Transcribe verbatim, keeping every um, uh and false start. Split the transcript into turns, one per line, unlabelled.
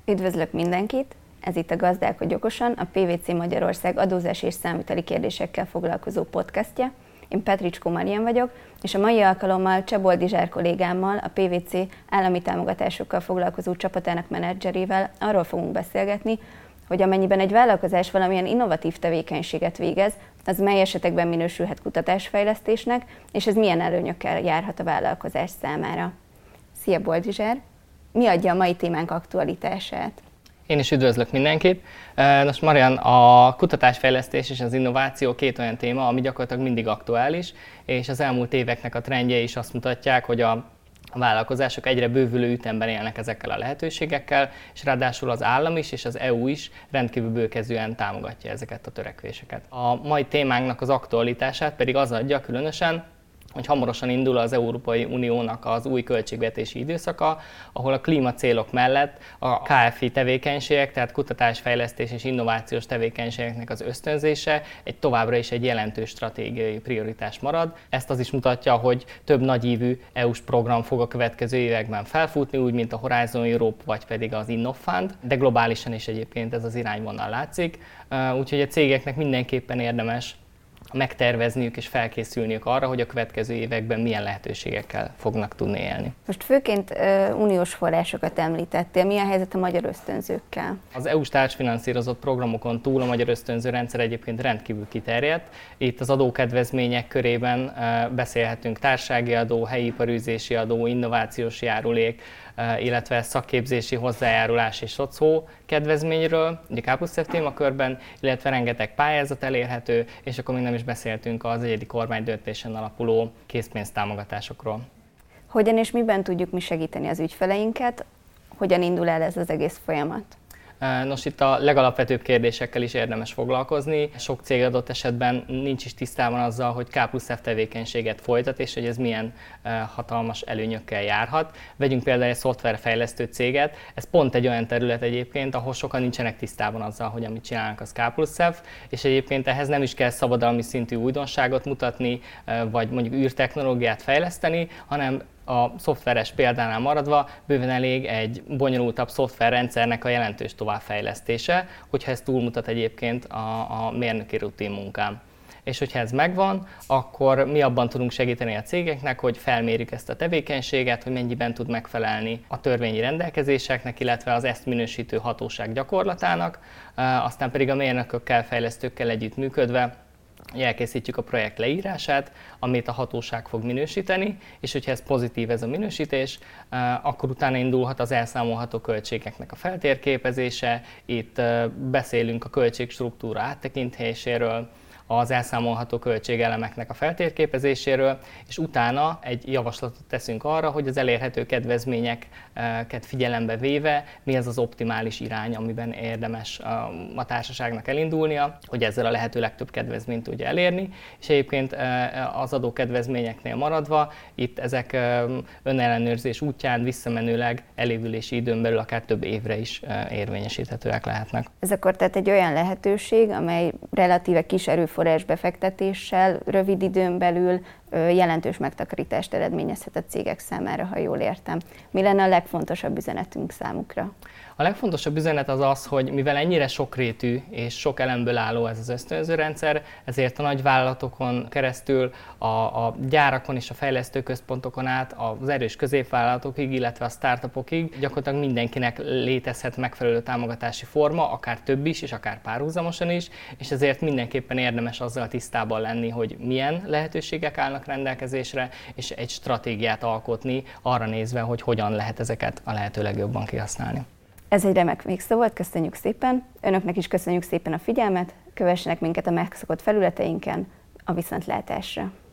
Üdvözlök mindenkit! Ez itt a Gazdálkodj okosan, a pé vé cé Magyarország adózás és számviteli kérdésekkel foglalkozó podcastja. Én Petricskó Marian vagyok, és a mai alkalommal Cseh Boldizsár kollégámmal, a pé vé cé állami támogatásokkal foglalkozó csapatának menedzserével arról fogunk beszélgetni, hogy amennyiben egy vállalkozás valamilyen innovatív tevékenységet végez, az mely esetekben minősülhet kutatásfejlesztésnek, és ez milyen előnyökkel járhat a vállalkozás számára. Szia Boldizsár! Mi adja a mai témánk aktualitását?
Én is üdvözlök mindenkit. Most Marian, a kutatásfejlesztés és az innováció két olyan téma, ami gyakorlatilag mindig aktuális, és az elmúlt éveknek a trendjei is azt mutatják, hogy a A vállalkozások egyre bővülő ütemben élnek ezekkel a lehetőségekkel, és ráadásul az állam is és az é u is rendkívül bőkezűen támogatja ezeket a törekvéseket. A mai témánknak az aktualitását pedig az adja különösen, hogy hamarosan indul az Európai Uniónak az új költségvetési időszaka, ahol a klímacélok mellett a ká ef i tevékenységek, tehát kutatásfejlesztés és innovációs tevékenységeknek az ösztönzése egy továbbra is egy jelentős stratégiai prioritás marad. Ezt az is mutatja, hogy több nagyívű é u-s program fog a következő években felfutni, úgy mint a Horizon Europe vagy pedig az InnovFund, de globálisan is egyébként ez az irányvonal látszik, úgyhogy a cégeknek mindenképpen érdemes megtervezniük és felkészülniük arra, hogy a következő években milyen lehetőségekkel fognak tudni élni.
Most főként uh, uniós forrásokat említettél. Mi a helyzet a magyar ösztönzőkkel?
Az é u-s társfinanszírozott programokon túl a magyar ösztönző rendszer egyébként rendkívül kiterjedt. Itt az adókedvezmények körében uh, beszélhetünk társasági adó, helyi iparűzési adó, innovációs járulék, uh, illetve szakképzési hozzájárulás és szocó kedvezményről, ugye K plusz F témakörben, illetve rengeteg pályázat elérhető, és akkor még nem is beszéltünk az egyedi kormánydöntésen alapuló készpénztámogatásokról.
Hogyan és miben tudjuk mi segíteni az ügyfeleinket? Hogyan indul el ez az egész folyamat?
Nos, itt a legalapvetőbb kérdésekkel is érdemes foglalkozni. Sok cég adott esetben nincs is tisztában azzal, hogy K plusz F tevékenységet folytat, és hogy ez milyen hatalmas előnyökkel járhat. Vegyünk például egy szoftverfejlesztő céget, ez pont egy olyan terület egyébként, ahol sokan nincsenek tisztában azzal, hogy amit csinálnak, az K plusz F, és egyébként ehhez nem is kell szabadalmi szintű újdonságot mutatni, vagy mondjuk űrtechnológiát fejleszteni, hanem a szoftveres példánál maradva bőven elég egy bonyolultabb szoftverrendszernek a jelentős továbbfejlesztése, hogyha ez túlmutat egyébként a, a mérnöki rutin munkán. És hogyha ez megvan, akkor mi abban tudunk segíteni a cégeknek, hogy felmérjük ezt a tevékenységet, hogy mennyiben tud megfelelni a törvényi rendelkezéseknek, illetve az ezt minősítő hatóság gyakorlatának, aztán pedig a mérnökökkel, fejlesztőkkel együttműködve elkészítjük a projekt leírását, amit a hatóság fog minősíteni, és hogyha ez pozitív ez a minősítés, akkor utána indulhat az elszámolható költségeknek a feltérképezése. Itt beszélünk a költségstruktúra áttekintéséről, az elszámolható költségelemeknek a feltérképezéséről, és utána egy javaslatot teszünk arra, hogy az elérhető kedvezményeket figyelembe véve mi az az optimális irány, amiben érdemes a társaságnak elindulnia, hogy ezzel a lehető legtöbb kedvezményt tudja elérni, és egyébként az adókedvezményeknél maradva, itt ezek önellenőrzés útján visszamenőleg elévülési időn belül akár több évre is érvényesíthetőek lehetnek.
Ez akkor tehát egy olyan lehetőség, amely relatíve kis erőforrás befektetéssel, rövid időn belül jelentős megtakarítást eredményezhet a cégek számára, ha jól értem. Mi lenne a legfontosabb üzenetünk számukra?
A legfontosabb üzenet az az, hogy mivel ennyire sokrétű és sok elemből álló ez az ösztönző rendszer, ezért a nagyvállalatokon keresztül, a, a gyárakon és a fejlesztőközpontokon át, az erős középvállalatokig, illetve a startupokig gyakorlatilag mindenkinek létezhet megfelelő támogatási forma, akár több is, és akár párhuzamosan is, és ezért mindenképpen érdemes azzal tisztában lenni, hogy milyen lehetőségek állnak rendelkezésre, és egy stratégiát alkotni arra nézve, hogy hogyan lehet ezeket a lehető legjobban kihasználni.
Ez egy remek végszó volt, köszönjük szépen. Önöknek is köszönjük szépen a figyelmet, kövessenek minket a megszokott felületeinken, a viszontlátásra.